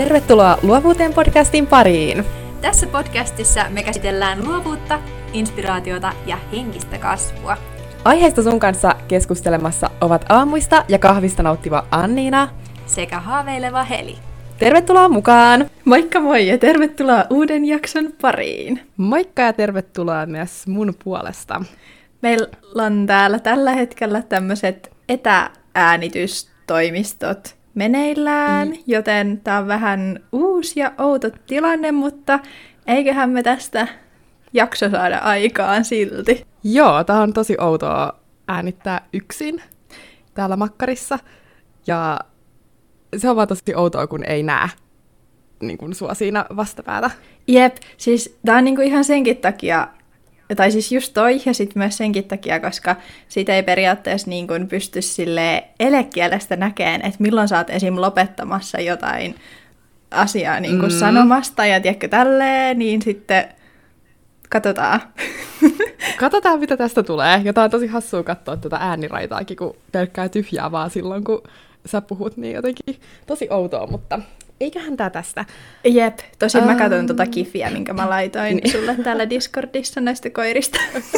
Tervetuloa Luovuuteen podcastin pariin! Tässä podcastissa me käsitellään luovuutta, inspiraatiota ja henkistä kasvua. Aiheesta sun kanssa keskustelemassa ovat aamuista ja kahvista nauttiva Anniina sekä haaveileva Heli. Tervetuloa mukaan! Moikka moi ja tervetuloa uuden jakson pariin! Moikka ja tervetuloa myös mun puolesta. Meillä on täällä tällä hetkellä tämmöiset etäänitystoimistot meneillään, joten tää on vähän uusi ja outo tilanne, mutta eiköhän me tästä jakso saada aikaan silti. Joo, tää on tosi outoa äänittää yksin täällä makkarissa. Ja se on vaan tosi outoa, kun ei näe niin kun sua siinä vastapäätä. Jep, siis tää on niinku ihan senkin takia, tai siis just toi, ja sitten myös senkin takia, koska siitä ei periaatteessa niin kuin pysty silleen elekielestä näkemään, että milloin sä oot esim. Lopettamassa jotain asiaa niin kuin sanomasta, ja tiedätkö tälleen, niin sitten katsotaan. Katsotaan, mitä tästä tulee. Ja tää on tosi hassua katsoa tätä ääniraitaakin, kun pelkkää tyhjää vaan silloin, kun sä puhut, niin jotenkin tosi outoa, mutta eiköhän tää tästä. Jep, tosin mä katson tota kifiä, minkä mä laitoin sulle täällä Discordissa näistä koirista.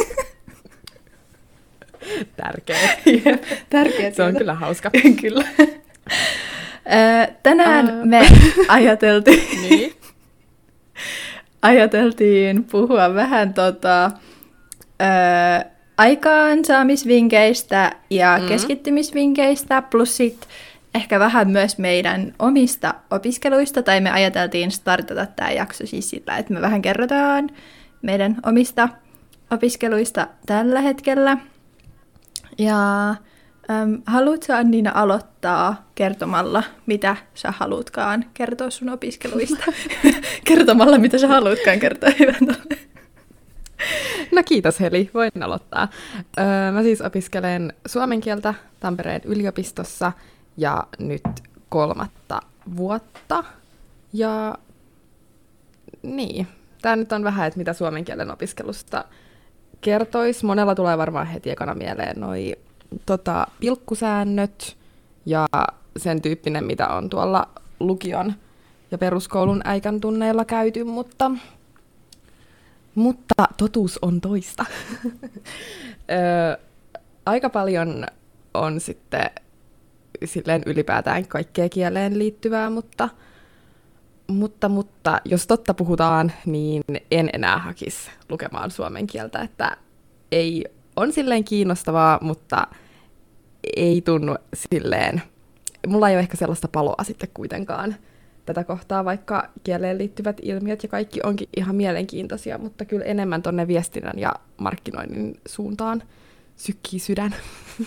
Tärkeä. Se on kyllä hauska. Kyllä. Tänään me ajateltiin puhua vähän aikaansaamisvinkkeistä ja keskittymisvinkkeistä, plus sit ehkä vähän myös meidän omista opiskeluista, tai me ajateltiin startata tämä jakso siis sillä, että me vähän kerrotaan meidän omista opiskeluista tällä hetkellä. Ja haluatko Anniina aloittaa kertomalla, mitä sä haluutkaan kertoa sun opiskeluista? Kertomalla, mitä sä haluutkaan kertoa. No kiitos Heli, voin aloittaa. Mä siis opiskelen suomen kieltä Tampereen yliopistossa ja nyt 3. vuotta. Ja niin, tää nyt on vähän, että mitä suomen kielen opiskelusta kertoisi. Monella tulee varmaan heti ekana mieleen noi pilkkusäännöt ja sen tyyppinen, mitä on tuolla lukion ja peruskoulun äikän tunneilla käyty, mutta totuus on toista. Aika paljon on sitten silleen ylipäätään kaikkeen kieleen liittyvää, mutta jos totta puhutaan, niin en enää hakisi lukemaan suomen kieltä, että ei on silleen kiinnostavaa, mutta ei tunnu silleen, mulla ei ole ehkä sellaista paloa sitten kuitenkaan tätä kohtaa, vaikka kieleen liittyvät ilmiöt ja kaikki onkin ihan mielenkiintoisia, mutta kyllä enemmän tonne viestinnän ja markkinoinnin suuntaan sykkii sydän.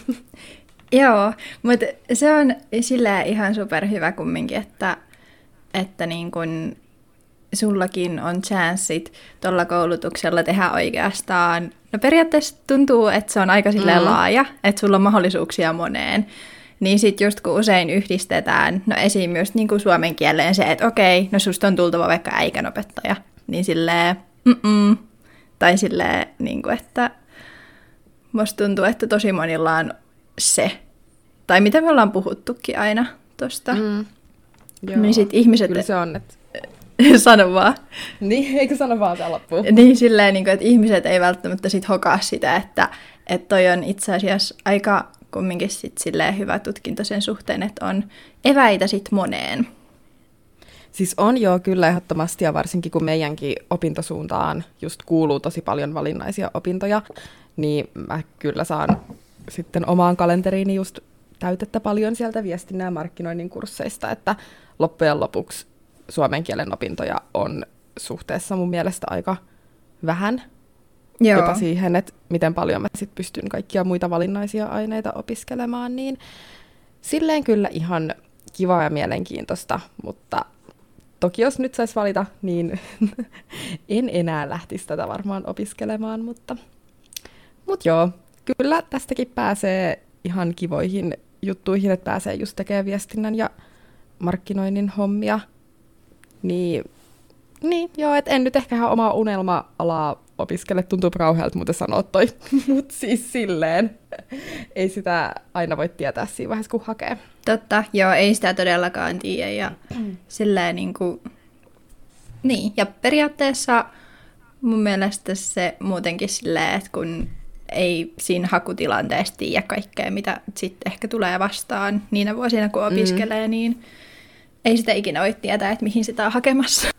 Joo, mutta se on silleen ihan superhyvä kumminkin, että niin kun sullakin on chanssit tuolla koulutuksella tehdä oikeastaan. No periaatteessa tuntuu, että se on aika silleen laaja, että sulla on mahdollisuuksia moneen. Niin sit just kun usein yhdistetään, no esim. Just niin kuin suomen kieleen se, että okei, no susta on tultava vaikka äikänopettaja, niin silleen tai silleen, niin kuin, että musta tuntuu, että tosi monilla on se. Tai mitä me ollaan puhuttukin aina tosta. Niin sit ihmiset... Kyllä se on, että... Sano vaan. Niin, eikö sano vaan tää loppuun? Niin silleen, niin kuin, että ihmiset ei välttämättä sit hokaa sitä, että toi on itse asiassa aika kumminkin sit silleen hyvä tutkinto sen suhteen, että on eväitä sit moneen. Siis on joo kyllä ehdottomasti, ja varsinkin kun meidänkin opintosuuntaan just kuuluu tosi paljon valinnaisia opintoja, niin mä kyllä saan sitten omaan kalenteriini just täytettä paljon sieltä viestinnän ja markkinoinnin kursseista, että loppujen lopuksi suomen kielen opintoja on suhteessa mun mielestä aika vähän. Joo. Jopa siihen, että miten paljon mä sit pystyn kaikkia muita valinnaisia aineita opiskelemaan, niin silleen kyllä ihan kivaa ja mielenkiintoista, mutta toki jos nyt saisi valita, niin en enää lähtisi tätä varmaan opiskelemaan, mutta joo, kyllä tästäkin pääsee ihan kivoihin juttuihin, että pääsee just tekemään viestinnän ja markkinoinnin hommia, niin joo, et en nyt ehkä ihan omaa unelma-alaa opiskele. Tuntuu kauhealta muuten sanoa toi, mutta siis silleen. Ei sitä aina voi tietää siinä vaiheessa, kun hakee. Totta, joo, ei sitä todellakaan tiedä. Ja silleen niin, ja periaatteessa mun mielestä se muutenkin silleen, että kun ei siinä hakutilanteessa tiedä kaikkea, mitä sitten ehkä tulee vastaan niinä vuosina, kun opiskelee, niin ei sitä ikinä voi tietää, että mihin sitä on hakemassa.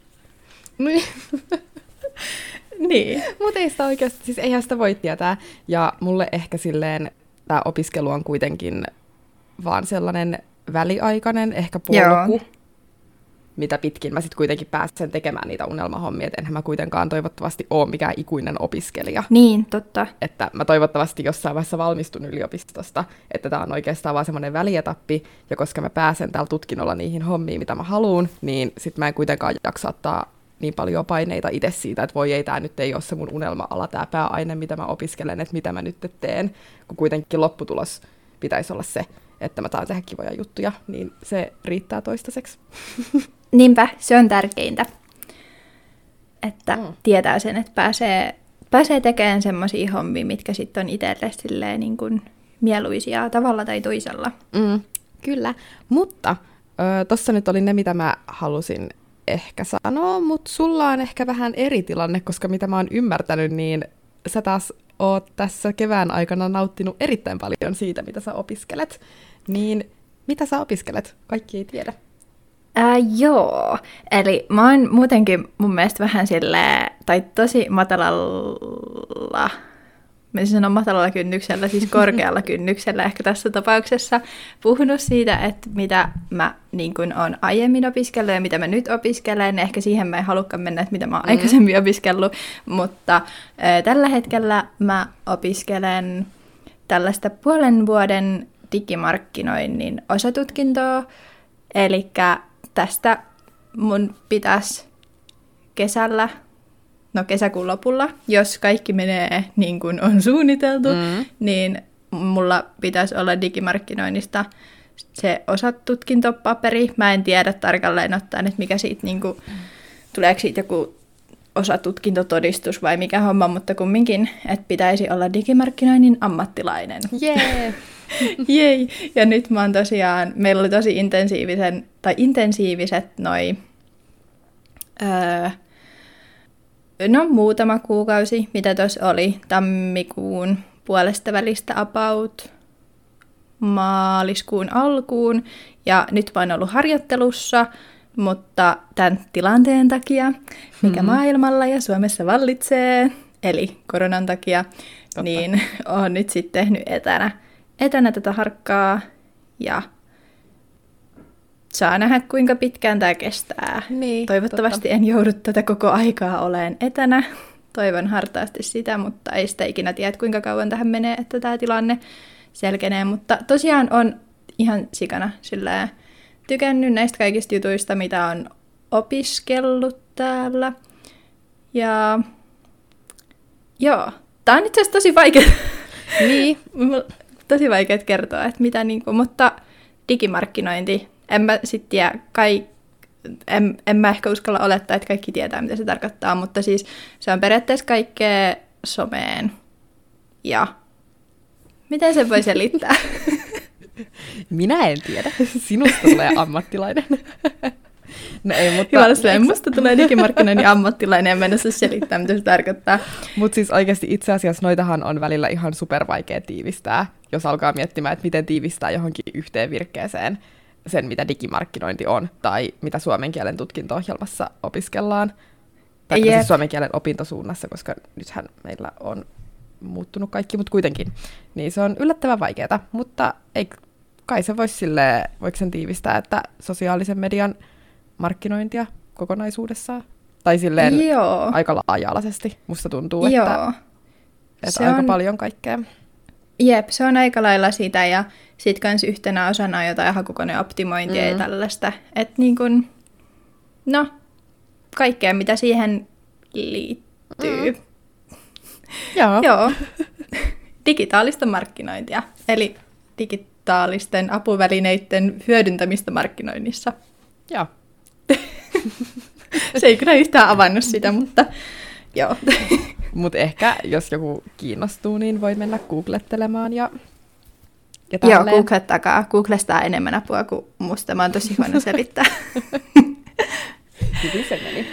Niin. Mutta ei sitä oikeasti, siis eihän sitä voi tietää. Ja mulle ehkä silleen tämä opiskelu on kuitenkin vaan sellainen väliaikainen ehkä polku, mitä pitkin mä sitten kuitenkin pääsen tekemään niitä unelmahommia, että enhän mä kuitenkaan toivottavasti ole mikään ikuinen opiskelija. Niin, totta. Että mä toivottavasti jossain vaiheessa valmistun yliopistosta, että tämä on oikeastaan vaan semmoinen välietappi, ja koska mä pääsen täällä tutkinnolla niihin hommiin, mitä mä haluun, niin sit mä en kuitenkaan jaksa ottaa niin paljon paineita itse siitä, että voi ei, tämä nyt ei ole se mun unelma-ala, tämä pääaine, mitä mä opiskelen, että mitä mä nyt teen, kun kuitenkin lopputulos pitäisi olla se, että mä taan tehdä kivoja juttuja, niin se riittää toistaiseksi. Niinpä, se on tärkeintä, että tietää sen, että pääsee tekemään semmoisia hommia, mitkä sitten on itselle silleen niin kuin mieluisia tavalla tai toisella. Kyllä, mutta tossa nyt oli ne, mitä mä halusin ehkä sanoa, mutta sulla on ehkä vähän eri tilanne, koska mitä mä oon ymmärtänyt, niin sä taas oot tässä kevään aikana nauttinut erittäin paljon siitä, mitä sä opiskelet. Niin mitä sä opiskelet? Kaikki ei tiedä. Joo, eli mä oon muutenkin mun mielestä vähän silleen, tai tosi matalalla, mä sanon matalalla kynnyksellä, siis korkealla kynnyksellä ehkä tässä tapauksessa, puhunut siitä, että mitä mä niin kun oon aiemmin opiskellut ja mitä mä nyt opiskelen. Ehkä siihen mä en halukkaan mennä, että mitä mä oon aikaisemmin opiskellut, mutta tällä hetkellä mä opiskelen tällaista 5 vuoden digimarkkinoinnin osatutkintoa, eli tästä mun pitäisi kesäkuun lopulla, jos kaikki menee niin kuin on suunniteltu, niin mulla pitäisi olla digimarkkinoinnista se osatutkintopaperi. Mä en tiedä tarkalleen ottaen, että mikä siitä, niin kuin, tuleeko siitä joku osatutkintotodistus vai mikä homma, mutta kumminkin, että pitäisi olla digimarkkinoinnin ammattilainen. Jee! Jei! Ja nyt mä oon tosiaan, meillä oli tosi intensiiviset muutama kuukausi, mitä tuossa oli tammikuun puolesta välistä about maaliskuun alkuun. Ja nyt mä oon ollut harjoittelussa, mutta tämän tilanteen takia, mikä maailmalla ja Suomessa vallitsee, eli koronan takia, niin oon nyt sitten tehnyt etänä tätä harkkaa ja saa nähdä, kuinka pitkään tämä kestää. Niin, toivottavasti en joudu tätä koko aikaa olemaan etänä. Toivon hartaasti sitä, mutta ei sitä ikinä tiedä, kuinka kauan tähän menee, että tämä tilanne selkenee. Mutta tosiaan on ihan sikana silleen tykännyt näistä kaikista jutuista, mitä on opiskellut täällä. Ja joo, tää on itse asiassa tosi vaikea. Niin. Tosi vaikea kertoa, että mitä niinku, mutta digimarkkinointi, en mä sit tiedä, en mä ehkä uskalla olettaa, että kaikki tietää, mitä se tarkoittaa, mutta siis se on periaatteessa kaikkea someen. Ja miten se voi selittää? Minä en tiedä. Sinusta tulee ammattilainen. No ei, mutta musta tulee digimarkkinoinnin ammattilainen ja mennä selittää, mitä se tarkoittaa. Mutta siis oikeasti itse asiassa noitahan on välillä ihan supervaikea tiivistää, jos alkaa miettimään, että miten tiivistää johonkin yhteen virkkeeseen sen, mitä digimarkkinointi on, tai mitä suomen kielen tutkinto-ohjelmassa opiskellaan. Tai siis suomen kielen opintosuunnassa, koska nythän meillä on muuttunut kaikki, mutta kuitenkin. Niin se on yllättävän vaikeaa, mutta ei kai se voisi silleen, voiko sen tiivistää, että sosiaalisen median markkinointia kokonaisuudessaan? Tai silleen aika laaja-alaisesti. Musta tuntuu, että aika on paljon kaikkea. Jep, se on aika lailla sitä, ja sit kans yhtenä osana jotain hakukoneoptimointia ja tällaista. Että niin kun, kaikkea mitä siihen liittyy. Joo. Digitaalista markkinointia, eli digitaalisten apuvälineiden hyödyntämistä markkinoinnissa. Joo. Se ei kyllä yhtään avannut sitä, mutta joo. Mutta ehkä, jos joku kiinnostuu, niin voi mennä googlettelemaan ja Joo, googlettakaa. Googlestaa enemmän apua kuin musta. Mä oon tosi huono selittää. Hyvin se meni.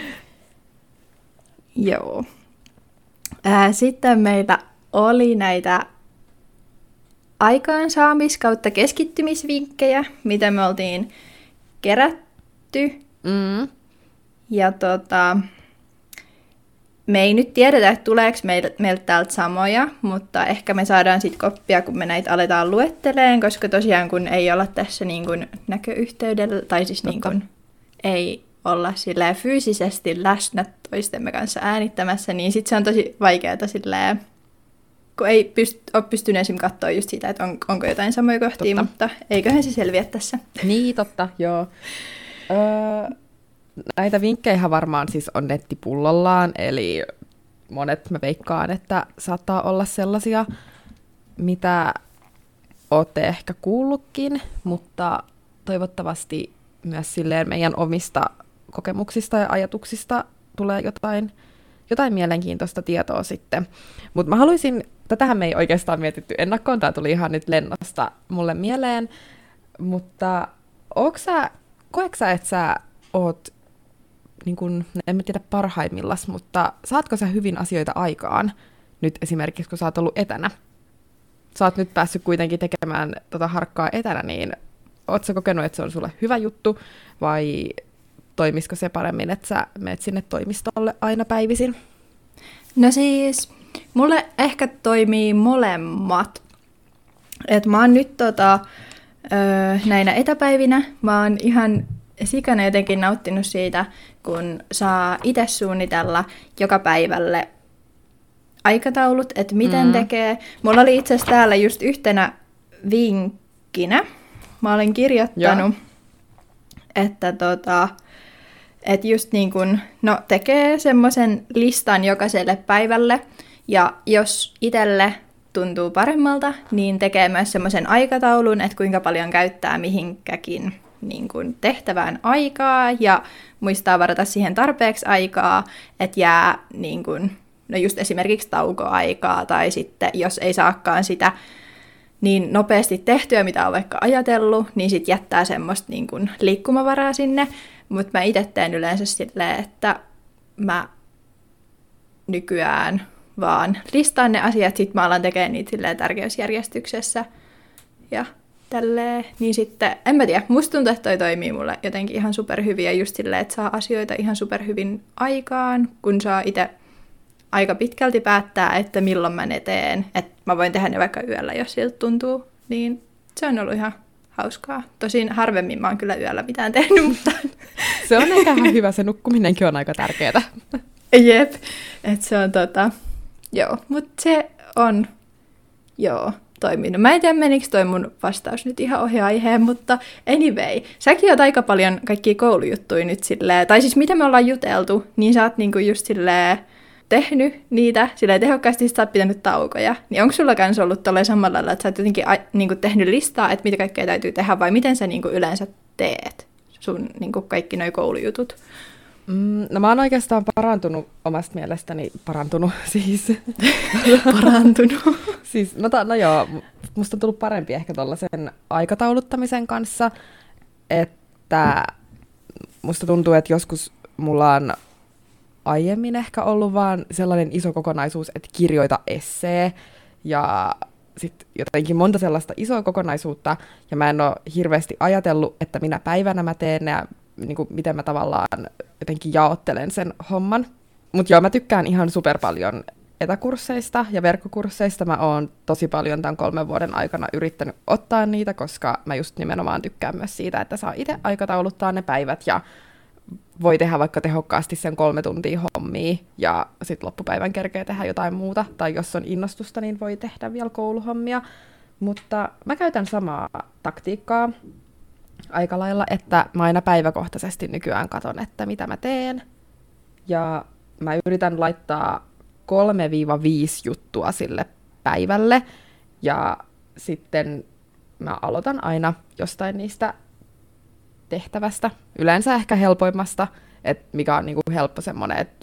Joo. Sitten meillä oli näitä aikaansaamis- kautta keskittymisvinkkejä, mitä me oltiin kerätty. Ja me ei nyt tiedetä, että tuleeko meiltä täältä samoja, mutta ehkä me saadaan sitten koppia, kun me näitä aletaan luetteleen, koska tosiaan kun ei olla tässä niin kuin näköyhteydellä, tai siis niin kuin ei olla silleen fyysisesti läsnä toistemme kanssa äänittämässä, niin sitten se on tosi vaikeaa silleen, kun ei ole pystynyt esim. Katsoa just sitä, että onko jotain samoja kohtia, mutta eiköhän se selviä tässä. Niin, totta, joo. Näitä vinkkejä varmaan siis on nettipullollaan, eli monet mä veikkaan, että saattaa olla sellaisia, mitä ootte ehkä kuullutkin, mutta toivottavasti myös silleen meidän omista kokemuksista ja ajatuksista tulee jotain mielenkiintoista tietoa sitten. Mutta mä haluaisin, tätähän me ei oikeastaan mietitty ennakkoon, tämä tuli ihan nyt lennosta mulle mieleen, mutta koetko sä, että sä oot, niin kun, en mä tiedä parhaimmillas, mutta saatko sä hyvin asioita aikaan nyt esimerkiksi, kun sä oot ollut etänä? Sä oot nyt päässyt kuitenkin tekemään harkkaa etänä, niin oot sä kokenut, että se on sulle hyvä juttu, vai toimisiko se paremmin, että sä menet sinne toimistolle aina päivisin? No siis, mulle ehkä toimii molemmat. Et mä oon nyt näinä etäpäivinä, mä oon ihan sikana jotenkin nauttinut siitä, kun saa itse suunnitella joka päivälle aikataulut, että miten tekee. Mulla oli itse asiassa täällä just yhtenä vinkkinä. Mä olen kirjoittanut, että just niin kun, tekee semmoisen listan jokaiselle päivälle, ja jos itselle tuntuu paremmalta, niin tekee myös semmoisen aikataulun, että kuinka paljon käyttää mihinkäkin niin kun tehtävään aikaa, ja muistaa varata siihen tarpeeksi aikaa, että jää niin kun, just esimerkiksi taukoaikaa, tai sitten jos ei saakaan sitä niin nopeasti tehtyä, mitä on vaikka ajatellut, niin sitten jättää semmoista niin kun liikkumavaraa sinne. Mutta mä itse teen yleensä silleen, että mä nykyään vaan listaan ne asiat, sit mä alan tekemään niitä silleen tärkeysjärjestyksessä ja tälleen. Niin sitten, en mä tiedä, musta tuntuu, että toi toimii mulle jotenkin ihan superhyvin ja just silleen, että saa asioita ihan superhyvin aikaan, kun saa itse aika pitkälti päättää, että milloin mä ne teen. Että mä voin tehdä ne vaikka yöllä, jos siltä tuntuu, niin se on ollut ihan hauskaa. Tosin harvemmin mä oon kyllä yöllä mitään tehnyt, mutta se on ehkä ihan hyvä, se nukkuminenkin on aika tärkeää. Jep, että se on joo, mutta se on, toiminut. Mä en tiedä, menikö toi mun vastaus nyt ihan ohi aiheen, mutta anyway, säkin oot aika paljon kaikkia koulujuttuja nyt silleen, tai siis mitä me ollaan juteltu, niin sä oot niinku just silleen tehnyt niitä silleen tehokkaasti, sä oot pitänyt taukoja. Niin onko sulla kans ollut tolleen samalla lailla, että sä oot jotenkin niinku tehnyt listaa, että mitä kaikkea täytyy tehdä, vai miten sä niinku yleensä teet sun niinku kaikki noi koulujutut? No mä oon oikeastaan parantunut omasta mielestäni, siis. Parantunut. Siis, musta on tullut parempi ehkä tollaisen aikatauluttamisen kanssa, että musta tuntuu, että joskus mulla on aiemmin ehkä ollut vaan sellainen iso kokonaisuus, että kirjoita essee ja sitten jotenkin monta sellaista isoa kokonaisuutta, ja mä en ole hirveästi ajatellut, että minä päivänä mä teen ja niin kuin, miten mä tavallaan jotenkin jaottelen sen homman. Mutta joo, mä tykkään ihan super paljon etäkursseista ja verkkokursseista. Mä oon tosi paljon tämän 3 vuoden aikana yrittänyt ottaa niitä, koska mä just nimenomaan tykkään myös siitä, että saa itse aikatauluttaa ne päivät ja voi tehdä vaikka tehokkaasti sen 3 tuntia hommia ja sitten loppupäivän kerkee tehdä jotain muuta. Tai jos on innostusta, niin voi tehdä vielä kouluhommia. Mutta mä käytän samaa taktiikkaa aika lailla, että mä aina päiväkohtaisesti nykyään katon, että mitä mä teen. Ja mä yritän laittaa 3-5 juttua sille päivälle. Ja sitten mä aloitan aina jostain niistä tehtävästä. Yleensä ehkä helpoimmasta, että mikä on niinku helppo semmoinen, että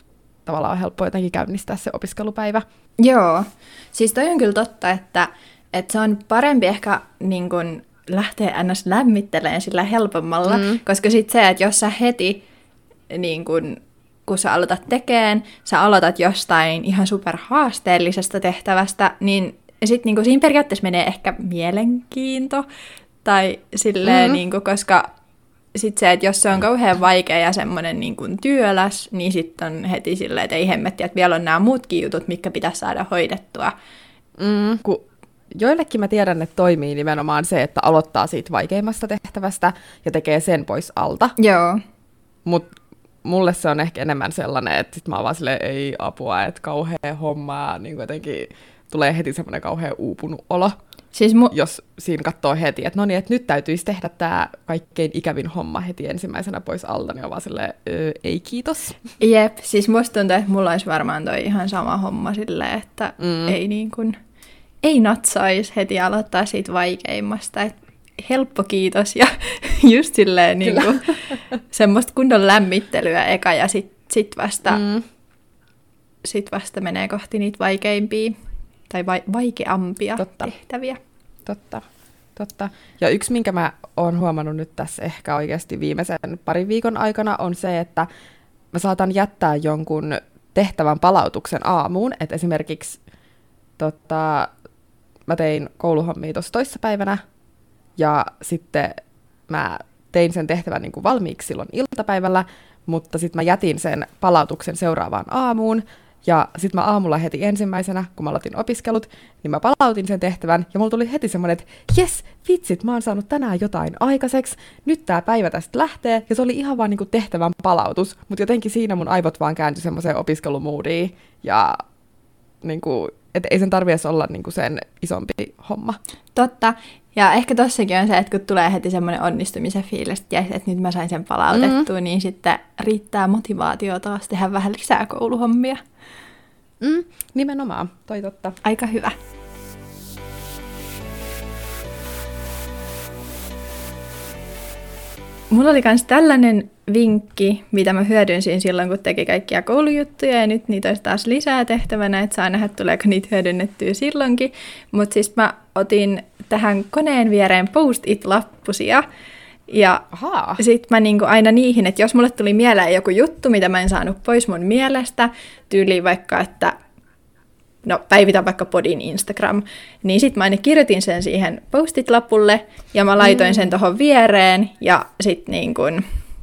tavallaan on helppo jotenkin käynnistää se opiskelupäivä. Joo, siis toi on kyllä totta, että se on parempi ehkä niin kun lähteä ns. Lämmittelemään sillä helpommalla, koska sitten se, että jos sä heti, niin kun sä aloitat tekemään, sä aloitat jostain ihan superhaasteellisesta tehtävästä, niin sitten niin siinä periaatteessa menee ehkä mielenkiinto, tai silleen, niin kun, koska sitten se, että jos se on kauhean vaikea ja semmoinen niin kuin työläs, niin sitten on heti silleen, että ei hemmetti, että vielä on nämä muutkin jutut, mitkä pitäisi saada hoidettua. Kun joillekin mä tiedän, että toimii nimenomaan se, että aloittaa siitä vaikeimmasta tehtävästä ja tekee sen pois alta. Joo. Mutta mulle se on ehkä enemmän sellainen, että sit mä oon vaan silleen, ei apua, että kauhea homma, ja niin jotenkin tulee heti semmoinen kauhean uupunut olo. Siis jos siinä katsoo heti, että no niin, että nyt täytyisi tehdä tämä kaikkein ikävin homma heti ensimmäisenä pois alta, niin on vaan silleen, ei kiitos. Jep, siis musta tuntuu, että mulla olisi varmaan toi ihan sama homma silleen, että ei niin kuin, ei natsaisi heti aloittaa siitä vaikeimmasta, että helppo kiitos ja just silleen niin kuin, semmoista kunnon lämmittelyä eka ja sit vasta menee kohti niitä vaikeimpia tai vaikeampia tehtäviä. Totta. Ja yksi, minkä mä oon huomannut nyt tässä ehkä oikeasti viimeisen parin viikon aikana, on se, että mä saatan jättää jonkun tehtävän palautuksen aamuun. Että esimerkiksi mä tein kouluhommia tuossa toissapäivänä, ja sitten mä tein sen tehtävän niin kuin valmiiksi silloin iltapäivällä, mutta sitten mä jätin sen palautuksen seuraavaan aamuun, ja sitten mä aamulla heti ensimmäisenä, kun mä aloitin opiskelut, niin mä palautin sen tehtävän, ja mulla tuli heti semmoinen, että jes, vitsit, mä oon saanut tänään jotain aikaiseksi, nyt tää päivä tästä lähtee, ja se oli ihan vaan niinku tehtävän palautus, mutta jotenkin siinä mun aivot vaan kääntyi semmoiseen opiskelumuudiin, ja niinku, et ei sen tarvitse olla niinku sen isompi homma. Totta, ja ehkä tossakin on se, että kun tulee heti semmoinen onnistumisen fiilis, että nyt mä sain sen palautettua, niin sitten riittää motivaatio taas tehdä vähän lisää kouluhommia. Nimenomaan, toi totta. Aika hyvä. Mulla oli myös tällainen vinkki, mitä mä hyödynsin silloin, kun teki kaikkia koulujuttuja, ja nyt niitä olisi taas lisää tehtävänä, että saa nähdä, tuleeko niitä hyödynnettyä silloinkin. Mutta siis mä otin tähän koneen viereen post-it-lappusia, ja sit mä niinku aina niihin, että jos mulle tuli mieleen joku juttu, mitä mä en saanut pois mun mielestä, tyyliin vaikka, että päivitän vaikka podin Instagram, niin sit mä aina kirjoitin sen siihen post-it-lapulle, ja mä laitoin sen tohon viereen, ja sit niin kun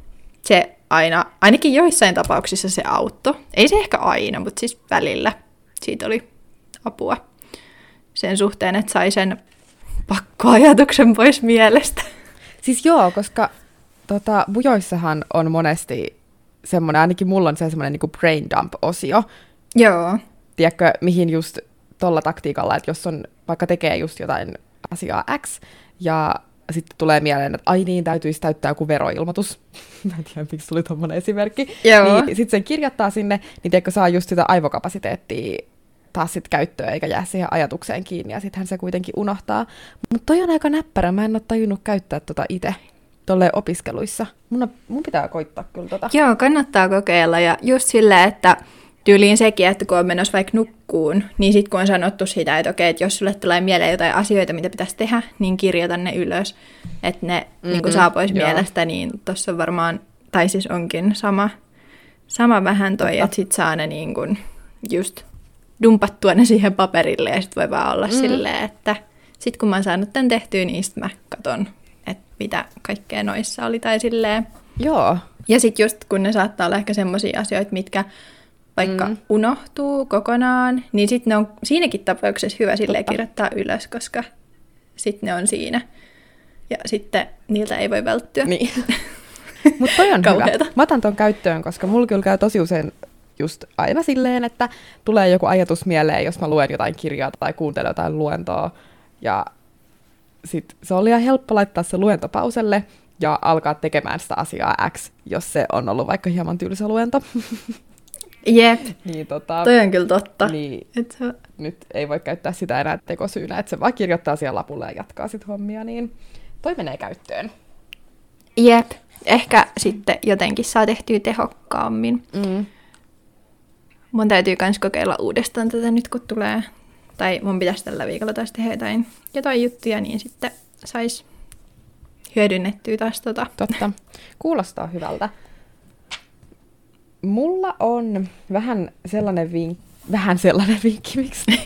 se ainakin joissain tapauksissa se auttoi. Ei se ehkä aina, mutta siis välillä siitä oli apua sen suhteen, että sai sen pakkoajatuksen pois mielestä. Siis joo, koska bujoissahan on monesti semmoinen, ainakin mulla on semmoinen niinku brain dump-osio. Joo. Tiedätkö, mihin just tolla taktiikalla, että jos on vaikka tekee just jotain asiaa X, ja sitten tulee mieleen, että ai niin, täytyisi täyttää joku veroilmoitus. Mä en tiedä, miksi tuli tommoinen esimerkki. Niin sitten sen kirjoittaa sinne, niin tiedätkö, saa just sitä aivokapasiteettia taas sit käyttöön, eikä jää siihen ajatukseen kiinni, ja sittenhän se kuitenkin unohtaa. Mutta toi on aika näppärä, mä en ole tajunnut käyttää tota itse tolleen opiskeluissa. Mun pitää koittaa kyllä tota. Joo, kannattaa kokeilla, ja just silleen, että tyyliin sekin, että kun on menossa vaikka nukkuun, niin sitten kun on sanottu sitä, että okei, että jos sulle tulee mieleen jotain asioita, mitä pitäisi tehdä, niin kirjoita ne ylös, että ne niin kun saa pois mielestä, niin tuossa on varmaan, tai siis onkin sama vähän toi, että sit saa ne niin kun just dumpattua ne siihen paperille, ja sitten voi vaan olla silleen, että sit kun mä oon saanut tämän tehtyä, niin sit mä katon, että mitä kaikkea noissa oli, tai silleen. Joo. Ja sitten just kun ne saattaa olla ehkä semmoisia asioita, mitkä vaikka unohtuu kokonaan, niin sitten ne on siinäkin tapauksessa hyvä silleen kirjoittaa ylös, koska sitten ne on siinä. Ja sitten niiltä ei voi välttyä. Niin. Mutta toi on hyvä. Mä otan ton käyttöön, koska mulla kyllä käy tosi usein just aina silleen, että tulee joku ajatus mieleen, jos mä luen jotain kirjaa tai kuuntelen jotain luentoa. Ja sit se oli ihan helppo laittaa se luento pauselle ja alkaa tekemään sitä asiaa X, jos se on ollut vaikka hieman tylsä luento. Jep, niin, toi on kyllä totta. Niin, nyt ei voi käyttää sitä enää tekosyynä, että se vaan kirjoittaa siellä lapulle ja jatkaa sit hommia, niin toi menee käyttöön. Jep, ehkä sitten jotenkin saa tehtyä tehokkaammin. mun täytyy myös kokeilla uudestaan tätä nyt, kun tulee, tai mun pitäisi tällä viikolla taas tehdä jotain juttuja, niin sitten sais hyödynnettyä taas Totta. Kuulostaa hyvältä. Mulla on vähän sellainen vinkki, miksi?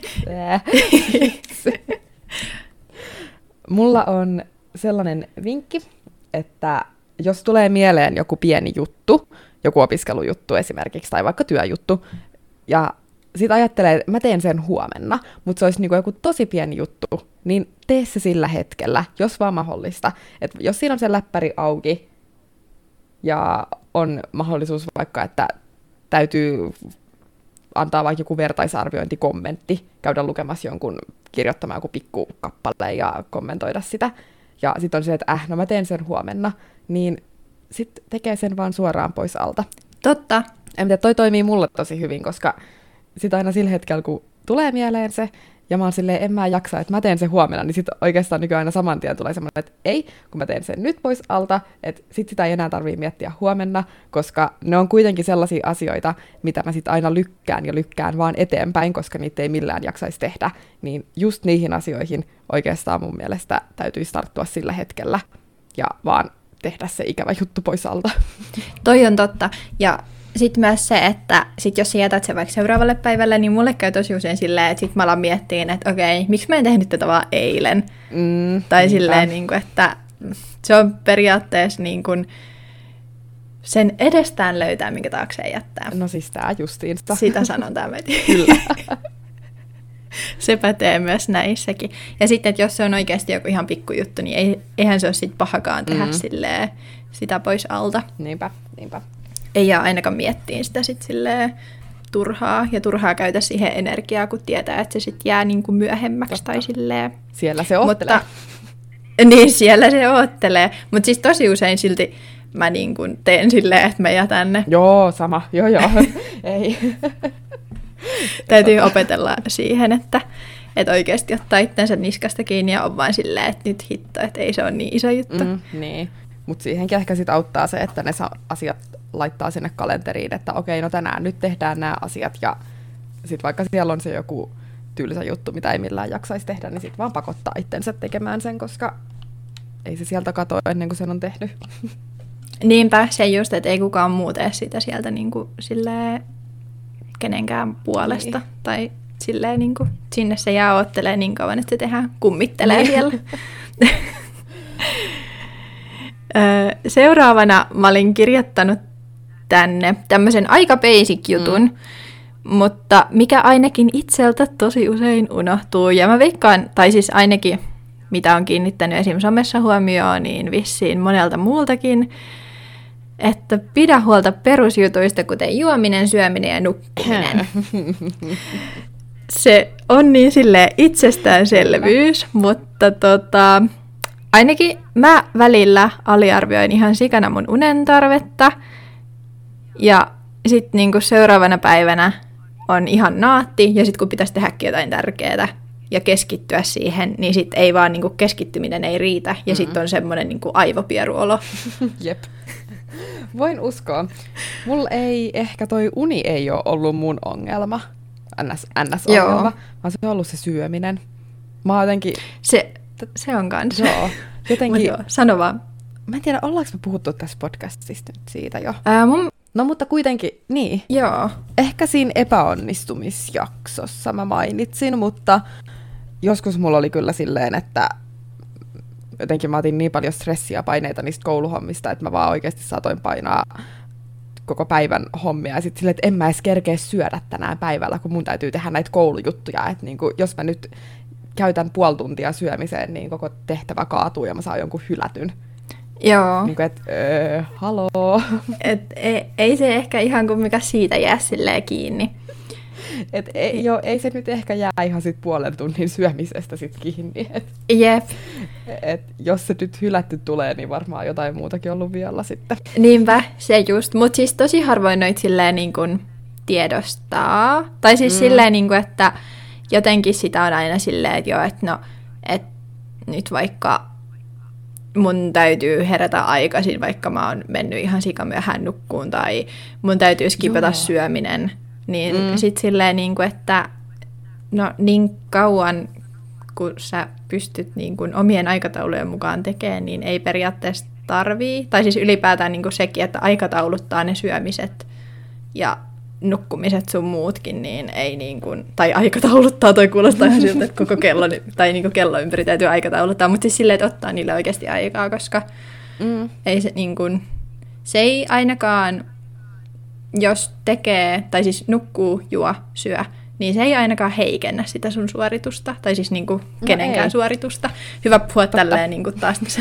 Mulla on sellainen vinkki, että jos tulee mieleen joku pieni juttu, joku opiskelujuttu esimerkiksi, tai vaikka työjuttu, ja sitten ajattelee, että mä teen sen huomenna, mutta se olisi niinku joku tosi pieni juttu, niin tee se sillä hetkellä, jos vaan mahdollista. Et jos siinä on se läppäri auki, ja on mahdollisuus vaikka, että täytyy antaa vaikka joku vertaisarviointikommentti, käydä lukemassa jonkun, kirjoittamaan joku pikkukappale ja kommentoida sitä. Ja sitten on se, että no mä teen sen huomenna, niin sitten tekee sen vaan suoraan pois alta. Totta. En tiedä, toi toimii mulle tosi hyvin, koska sitten aina sillä hetkellä, kun tulee mieleen se, ja mä oon silleen, en mä jaksa, että mä teen sen huomenna, niin sitten oikeastaan nykyään aina saman tien tulee semmoinen, että ei, kun mä teen sen nyt pois alta, että sit sitä ei enää tarvii miettiä huomenna, koska ne on kuitenkin sellaisia asioita, mitä mä sitten aina lykkään vaan eteenpäin, koska niitä ei millään jaksaisi tehdä, niin just niihin asioihin oikeastaan mun mielestä täytyisi tarttua sillä hetkellä, ja vaan tehdä se ikävä juttu pois alta. Toi on totta, ja sitten myös se, että sit jos sä jätät sen vaikka seuraavalle päivälle, niin mulle käy tosi usein silleen, että sit mä alan miettiin, että okei, miksi mä en tehnyt tätä vaan eilen? Tai silleen, niin kuin, että se on periaatteessa niin kuin sen edestään löytää, minkä taakseen jättää. No siis tää justiinsa. Sitä sanotaan. Kyllä. Se pätee myös näissäkin. Ja sitten, että jos se on oikeasti joku ihan pikkujuttu, niin eihän se ole sit pahakaan tehdä silleen, sitä pois alta. Niinpä. Ei jää ainakaan miettiin sitä sit silleen turhaa käytä siihen energiaa, kun tietää, että se sit jää niinku myöhemmäksi. Totta. Tai silleen. Siellä se oottelee. Niin, siellä se oottelee. Mutta siis tosi usein silti mä niinku teen silleen, että mä jätän ne. Joo, sama. Joo. Ei. Täytyy opetella siihen, että oikeasti ottaa itsensä niskasta kiinni ja on vain silleen, että nyt hitto, että ei se ole niin iso juttu. Niin, mutta siihenkin ehkä sit auttaa se, että ne asiat laittaa sinne kalenteriin, että okei, no tänään nyt tehdään nämä asiat, ja sitten vaikka siellä on se joku tylsä juttu, mitä ei millään jaksaisi tehdä, niin sitten vaan pakottaa itsensä tekemään sen, koska ei se sieltä katoa ennen kuin sen on tehnyt. Niinpä, se just, että ei kukaan muu tee sitä sieltä niin kuin silleen kenenkään puolesta, niin. Tai silleen niin kuin sinne se jää oottelee niin kauan, että se tehdään kummittelee siellä. Seuraavana mä olin kirjoittanut tänne tämmöisen aika basic jutun, mutta mikä ainakin itseltä tosi usein unohtuu. Ja mä veikkaan, tai siis ainakin mitä on kiinnittänyt esimerkiksi somessa huomioon, niin vissiin monelta muultakin, että pidä huolta perusjutuista, kuten juominen, syöminen ja nukkuminen. Se on niin silleen itsestäänselvyys, mutta ainakin mä välillä aliarvioin ihan sikana mun unen tarvetta. Ja sitten niinku seuraavana päivänä on ihan naatti, ja sitten kun pitäisi tehdäkin jotain tärkeää ja keskittyä siihen, niin sitten ei vaan niinku keskittyminen ei riitä, ja sitten on semmoinen niinku aivopieruolo. Jep. Voin uskoa. Mulla ei ehkä toi uni ei ole ollut mun ongelma, NS-ongelma, vaan se on ollut se syöminen. Mä oon jotenkin... Se on kans. Joo. Jotenkin... Sano vaan. Mä en tiedä, ollaanko me puhuttu tässä podcastista nyt siitä jo? No mutta kuitenkin, niin. Joo. Ehkä siinä epäonnistumisjaksossa mä mainitsin, mutta joskus mulla oli kyllä silleen, että jotenkin mä otin niin paljon stressiä ja paineita niistä kouluhommista, että mä vaan oikeasti saatoin painaa koko päivän hommia. Ja sitten silleen, että en mä edes kerkeä syödä tänään päivällä, kun mun täytyy tehdä näitä koulujuttuja. Että niinku, jos mä nyt käytän puoli tuntia syömiseen, niin koko tehtävä kaatuu ja mä saan jonkun hylätyn. Joo. Niin kuin, että haloo. Ei se ehkä ihan kumminkaan siitä jää silleen kiinni. Ei se nyt ehkä jää ihan sit puolen tunnin syömisestä sit kiinni. Jep. Jos se nyt hylätty tulee, niin varmaan jotain muutakin ollut vielä sitten. Niinpä, se just. Mutta siis tosi harvoin noit silleen niin kuin tiedostaa. Tai siis silleen, niin kuin, että jotenkin sitä on aina silleen, että joo, että no, että nyt vaikka mun täytyy herätä aikaisin, vaikka mä oon mennyt ihan sikamyöhään nukkuun, tai mun täytyy skipata syöminen, Niin sit silleen, niin kuin, että no niin kauan, kun sä pystyt niin kuin omien aikataulujen mukaan tekemään, niin ei periaatteessa tarvii. Tai siis ylipäätään niin kuin sekin, että aikatauluttaa ne syömiset ja nukkumiset sun muutkin, niin ei niin kuin, tai aikatauluttaa, toi kuulostaa ihan siltä, että koko kello, tai niin kuin kello ympäri täytyy aikatauluttaa, mutta siis silleen, että ottaa niille oikeasti aikaa, koska ei se niin kuin, se ei ainakaan, jos tekee, tai siis nukkuu, juo, syö, niin se ei ainakaan heikennä sitä sun suoritusta, tai siis niin kuin kenenkään suoritusta. Hyvä puhua tälleen niin kuin taas.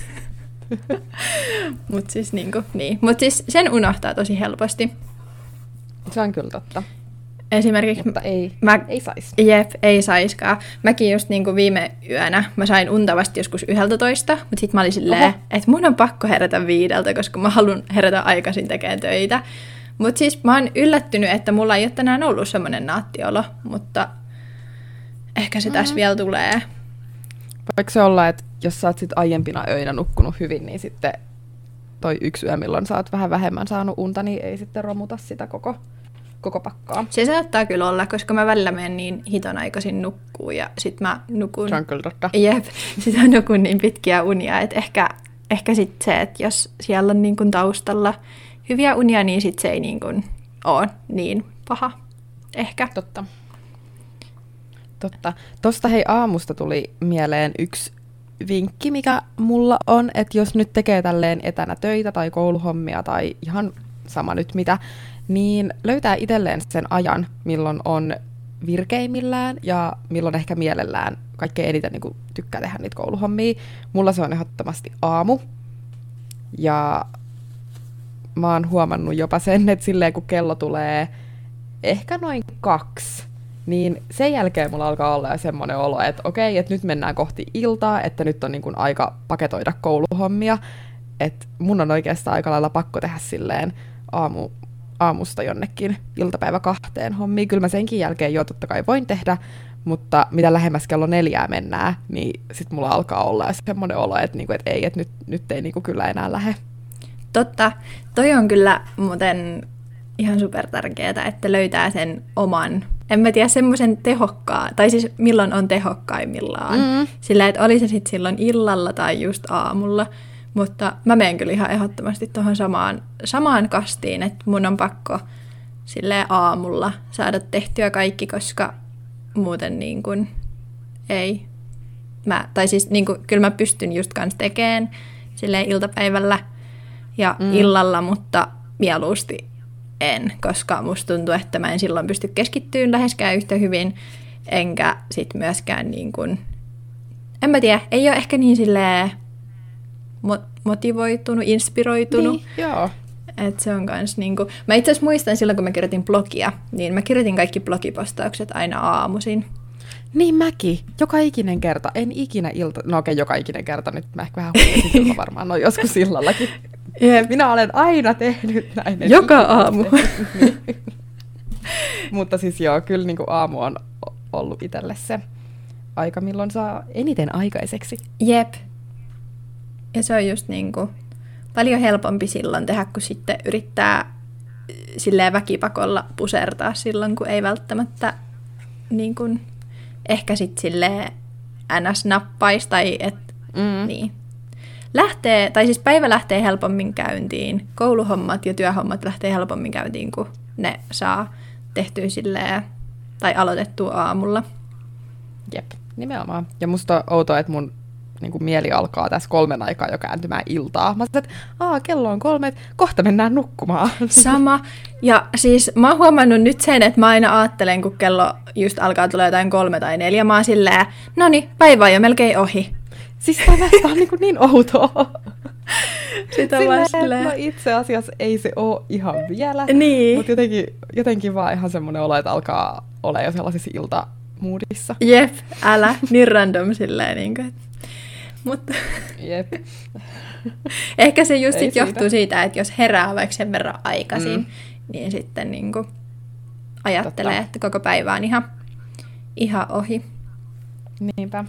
Mutta siis, niin kuin, niin. Mut siis sen unohtaa tosi helposti. Se on kyllä totta. Esimerkiksi mutta ei saisi. Jep, ei saiskaan. Mäkin just niin kuin viime yönä, mä sain unta vasta joskus 11, mutta sitten mä olin silleen, että mun on pakko herätä 5, koska mä haluan herätä aikaisin tekemään töitä. Mutta siis mä oon yllättynyt, että mulla ei ole tänään ollut semmoinen naattiolo, mutta ehkä se tässä vielä tulee. Voiko se olla, että jos sä oot sit aiempina öinä nukkunut hyvin, niin sitten toi yksi yö, milloin sä oot vähän vähemmän saanut unta, niin ei sitten romuta sitä koko pakkaa. Se saattaa kyllä olla, koska mä välillä menen niin hiton aikaisin nukkuu ja sit mä nukun... Se on kyllä totta. Jep, sit mä nukun niin pitkiä unia, että ehkä sit se, että jos siellä on niin kuin taustalla hyviä unia, niin sit se ei niin kuin ole niin paha. Ehkä. Totta. Tosta hei aamusta tuli mieleen yksi vinkki, mikä mulla on, että jos nyt tekee tälleen etänä töitä tai kouluhommia tai ihan sama nyt mitä, niin löytää itselleen sen ajan, milloin on virkeimmillään ja milloin ehkä mielellään kaikkein eniten niin kuin tykkää tehdä niitä kouluhommia. Mulla se on ehdottomasti aamu. Ja mä oon huomannut jopa sen, että silleen kun kello tulee ehkä noin 2, niin sen jälkeen mulla alkaa olla semmoinen olo, että okei, että nyt mennään kohti iltaa, että nyt on niin kuin aika paketoida kouluhommia. Että mun on oikeastaan aika lailla pakko tehdä silleen aamusta jonnekin iltapäivä 2 hommia. Kyllä mä senkin jälkeen jo totta kai voin tehdä, mutta mitä lähemmäs kello 4 mennään, niin sit mulla alkaa olla semmoinen olo, että niinku, et ei, että nyt ei niinku kyllä enää lähde. Totta. Toi on kyllä muuten ihan supertärkeää, että löytää sen oman, en mä tiedä, semmoisen tehokkaan, tai siis milloin on tehokkaimmillaan. Sillä, että oli se sitten silloin illalla tai just aamulla. Mutta mä menen kyllä ihan ehdottomasti tuohon samaan kastiin, että mun on pakko silleen aamulla saada tehtyä kaikki, koska muuten niin kuin ei. Tai siis niin kuin, kyllä mä pystyn just kans tekemään silleen iltapäivällä ja illalla, mutta mieluusti en, koska musta tuntuu, että mä en silloin pysty keskittyyn läheskään yhtä hyvin, enkä sit myöskään niin kuin, en mä tiedä, ei ole ehkä niin silleen motivoitunut, inspiroitunut. Niin, joo. Et se on kans niinku... Mä itse asiassa muistan silloin, kun mä kirjoitin blogia, niin mä kirjoitin kaikki blogipostaukset aina aamuisin. Niin mäkin. Joka ikinen kerta. En ikinä no okei, joka ikinen kerta. Nyt mä ehkä vähän huomasin silloin varmaan. No joskus illallakin. Jep. Minä olen aina tehnyt näin. Joka aamu. Niin. Mutta siis joo, kyllä niin kuin aamu on ollut itselle se aika, milloin saa eniten aikaiseksi. Jep. Ja se on just niinku paljon helpompi silloin tehdä, kun sitten yrittää silleen väkipakolla pusertaa silloin, kun ei välttämättä niin kuin, ehkä sitten silleen ns-nappaisi tai niin. Tai siis päivä lähtee helpommin käyntiin, kouluhommat ja työhommat lähtee helpommin käyntiin, kun ne saa tehtyä silleen tai aloitettua aamulla. Jep, nimenomaan. Ja musta on outoa, että mun niin kuin mieli alkaa tässä 3 aikaa jo kääntymään iltaa. Mä sanoin, että kello on 3, kohta mennään nukkumaan. Sama. Ja siis mä oon huomannut nyt sen, että mä aina ajattelen, kun kello just alkaa tulla jotain 3 tai 4, mä oon silleen, noniin, päivä on jo melkein ohi. Siis tämä on niin outoa. Sitä vaan silleen. No itse asiassa ei se ole ihan vielä. Niin. Mutta jotenkin vaan ihan semmoinen olo, että alkaa olla jo sellaisissa iltamoodissa. Jep, älä. Niin random silleen. Niin kuin. Mutta jep. Ehkä se just sit johtuu siitä, että jos herää vaikka sen verran aikaisin, niin sitten niin kuin ajattelee, että koko päivä on ihan ohi. Niinpä.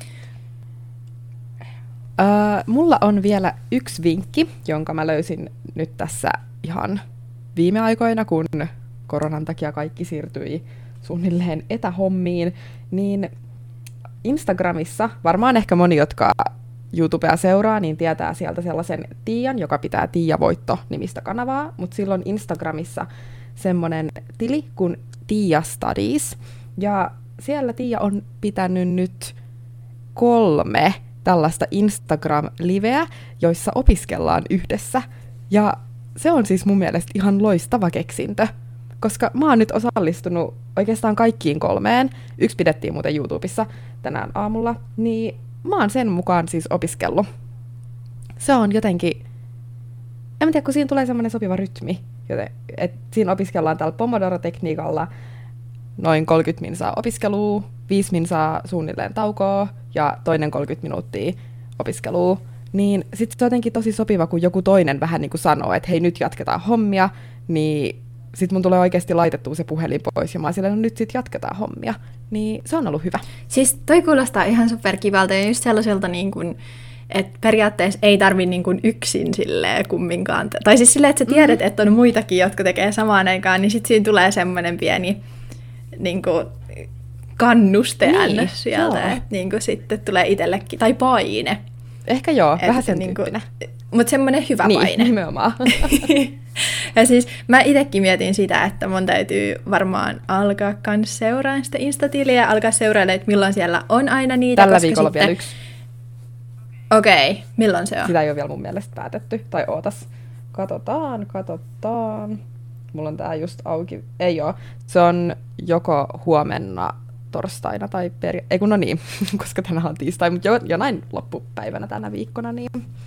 Mulla on vielä yksi vinkki, jonka mä löysin nyt tässä ihan viime aikoina, kun koronan takia kaikki siirtyi suunnilleen etähommiin, niin Instagramissa, varmaan ehkä moni, jotka YouTubea seuraa, niin tietää sieltä sellaisen Tiian, joka pitää Tiia Voitto-nimistä kanavaa, mutta silloin Instagramissa semmoinen tili kuin Tiia Studies, ja siellä Tiia on pitänyt nyt 3 tällaista Instagram-liveä, joissa opiskellaan yhdessä, ja se on siis mun mielestä ihan loistava keksintö, koska mä oon nyt osallistunut oikeastaan kaikkiin 3, yksi pidettiin muuten YouTubessa tänään aamulla, niin mä oon sen mukaan siis opiskellut. Se on jotenkin, en tiedä, kun siinä tulee semmoinen sopiva rytmi, että siinä opiskellaan tällä Pomodoro-tekniikalla noin 30 minsaa opiskelua, 5 minsaa suunnilleen taukoa ja toinen 30 minuuttia opiskelua, niin sitten se on jotenkin tosi sopiva, kun joku toinen vähän niin kuin sanoo, että hei, nyt jatketaan hommia, niin sitten mun tulee oikeasti laitettua se puhelin pois ja mä oon silleen, no nyt sitten jatketaan hommia. Niin se on ollut hyvä. Siis toi kuulostaa ihan superkivalta ja just sellaiselta niin kuin, että periaatteessa ei tarvi niin kuin yksin silleen kumminkaan. Tai siis silleen, että sä tiedät, että on muitakin, jotka tekee samaan aikaan, niin sitten siinä tulee semmoinen pieni niin kuin kannuste niin, sieltä, että niin kuin sitten tulee itsellekin, tai paine. Ehkä joo, vähän sen niin tyyppinen. Mutta semmoinen hyvä niin, paine. Nimenomaan. Ja siis mä itsekin mietin sitä, että mun täytyy varmaan alkaa kans seuraamaan sitä Insta-tiliä ja alkaa seuraamaan, että milloin siellä on aina niitä. Tällä viikolla sitten... vielä yksi. Okei, milloin se on? Sitä ei ole vielä mun mielestä päätetty. Tai ootas. Katsotaan. Mulla on tää just auki. Ei oo. Se on joko huomenna torstaina tai ei kun no niin, koska tänään on tiistai, mutta jonain loppupäivänä tänä viikkona. Niin...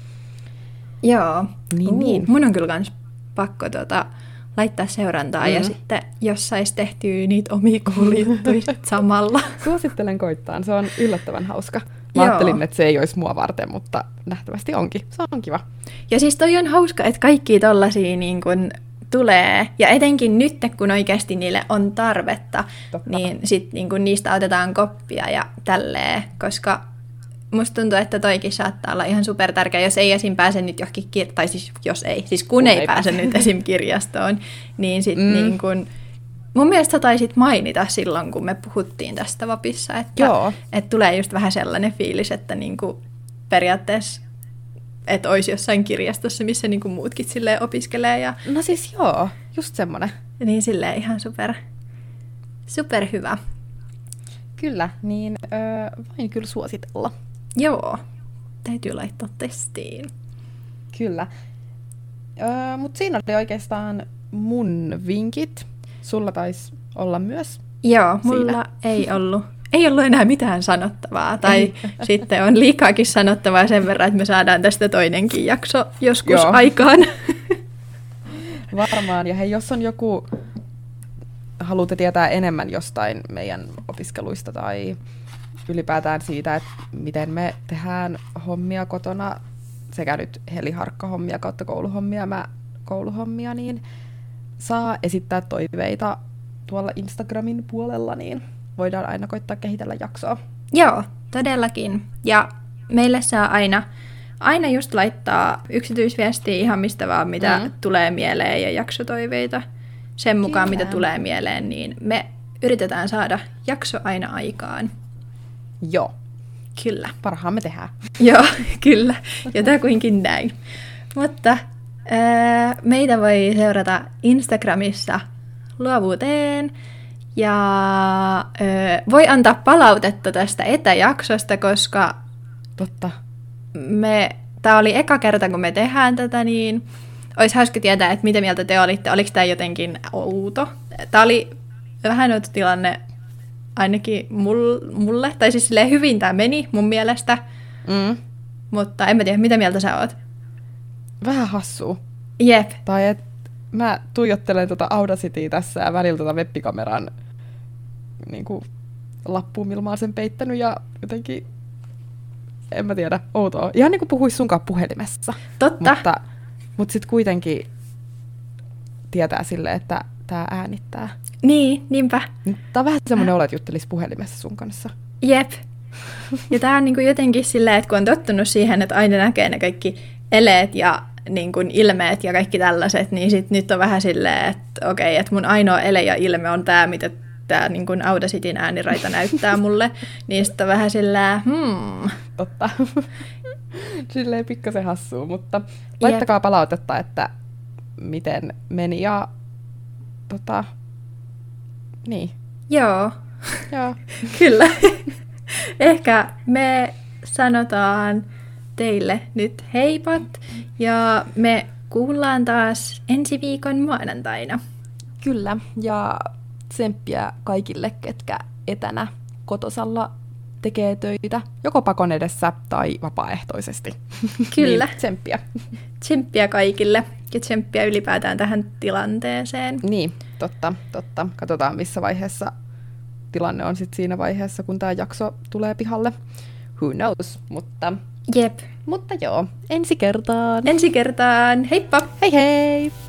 Joo. Niin. Mun on kyllä kans pakko laittaa seurantaa ja sitten jos sais tehtyä niitä omia koulujuttuja samalla. Suosittelen koittaan, se on yllättävän hauska. Mä ajattelin, että se ei olisi mua varten, mutta nähtävästi onkin. Se on kiva. Ja siis toi on hauska, että kaikki tollasia niin kun tulee, ja etenkin nyt, kun oikeasti niille on tarvetta, totta, niin sit niin kun niistä otetaan koppia ja tälleen, koska musta tuntuu, että toikin saattaa olla ihan super tärkeä, jos ei esim. Pääse nyt johonkin, tai siis jos ei, siis kun ei pääse nyt esim. Kirjastoon, niin sit niin kun, mun mielestä sä taisit mainita silloin, kun me puhuttiin tästä vapissa, että tulee just vähän sellainen fiilis, että niin kun periaatteessa, että olisi jossain kirjastossa, missä niin kun muutkin silleen opiskelee. Ja... No siis joo, just semmoinen. Niin silleen ihan super hyvä. Kyllä, niin voin kyllä suositella. Joo, täytyy laittaa testiin. Kyllä. Mutta siinä oli oikeastaan mun vinkit. Sulla taisi olla myös. Joo, mulla ei ollut enää mitään sanottavaa. Tai sitten on liikaakin sanottavaa sen verran, että me saadaan tästä toinenkin jakso joskus aikaan. Varmaan. Ja hei, jos on joku, haluatte tietää enemmän jostain meidän opiskeluista tai ylipäätään siitä, että miten me tehdään hommia kotona, sekä nyt heliharkkahommia kautta kouluhommia, niin saa esittää toiveita tuolla Instagramin puolella, niin voidaan aina koittaa kehitellä jaksoa. Joo, todellakin. Ja meille saa aina just laittaa yksityisviestiä ihan mistä vaan, mitä tulee mieleen ja jaksotoiveita. Sen mukaan, mitä tulee mieleen, niin me yritetään saada jakso aina aikaan. Joo. Kyllä. Parhaamme tehdään. Joo, kyllä. Jotakuinkin näin. Mutta meitä voi seurata Instagramissa luovuuteen. Ja voi antaa palautetta tästä etäjaksosta, koska totta. Tämä oli eka kerta, kun me tehdään tätä, niin olisi hauska tietää, että mitä mieltä te olitte. Oliko tämä jotenkin outo? Tämä oli vähän outo tilanne ainakin mulle. Tai siis silleen hyvin tämä meni mun mielestä. Mutta en mä tiedä, mitä mieltä sä oot? Vähän hassua. Jep. Tai että mä tuijottelen Audacityä tässä ja välillä webbikameran niinku lappuun, millä mä oon sen peittänyt ja jotenkin, en mä tiedä, outoa. Ihan niin kuin puhuis sunkaan puhelimessa. Totta. Mutta sitten kuitenkin tietää sille, että tää äänittää. Niin, niinpä. Tää on vähän semmoinen olo, että juttelis puhelimessa sun kanssa. Jep. Ja tää on niinku jotenkin silleen, että kun on tottunut siihen, että aina näkee ne kaikki eleet ja niin kuin ilmeet ja kaikki tällaiset, niin sit nyt on vähän silleen, että okei, että mun ainoa ele ja ilme on tämä, mitä tämä niin kuin Audacityn ääniraita näyttää mulle, niin sitten on vähän silleen, Totta. Silleen pikkasen hassua, mutta laittakaa palautetta, että miten meni ja niin. Joo. Joo. Kyllä. Ehkä me sanotaan teille nyt heipat ja me kuullaan taas ensi viikon maanantaina. Kyllä, ja tsemppiä kaikille, ketkä etänä kotosalla tekee töitä, joko pakon edessä tai vapaaehtoisesti. Kyllä. Niin, tsemppiä. Tsemppiä kaikille ja tsemppiä ylipäätään tähän tilanteeseen. Niin, totta. Katsotaan, missä vaiheessa tilanne on sitten siinä vaiheessa, kun tämä jakso tulee pihalle. Who knows, Jep. Mutta joo, ensi kertaan. Ensi kertaan. Heippa! Hei hei!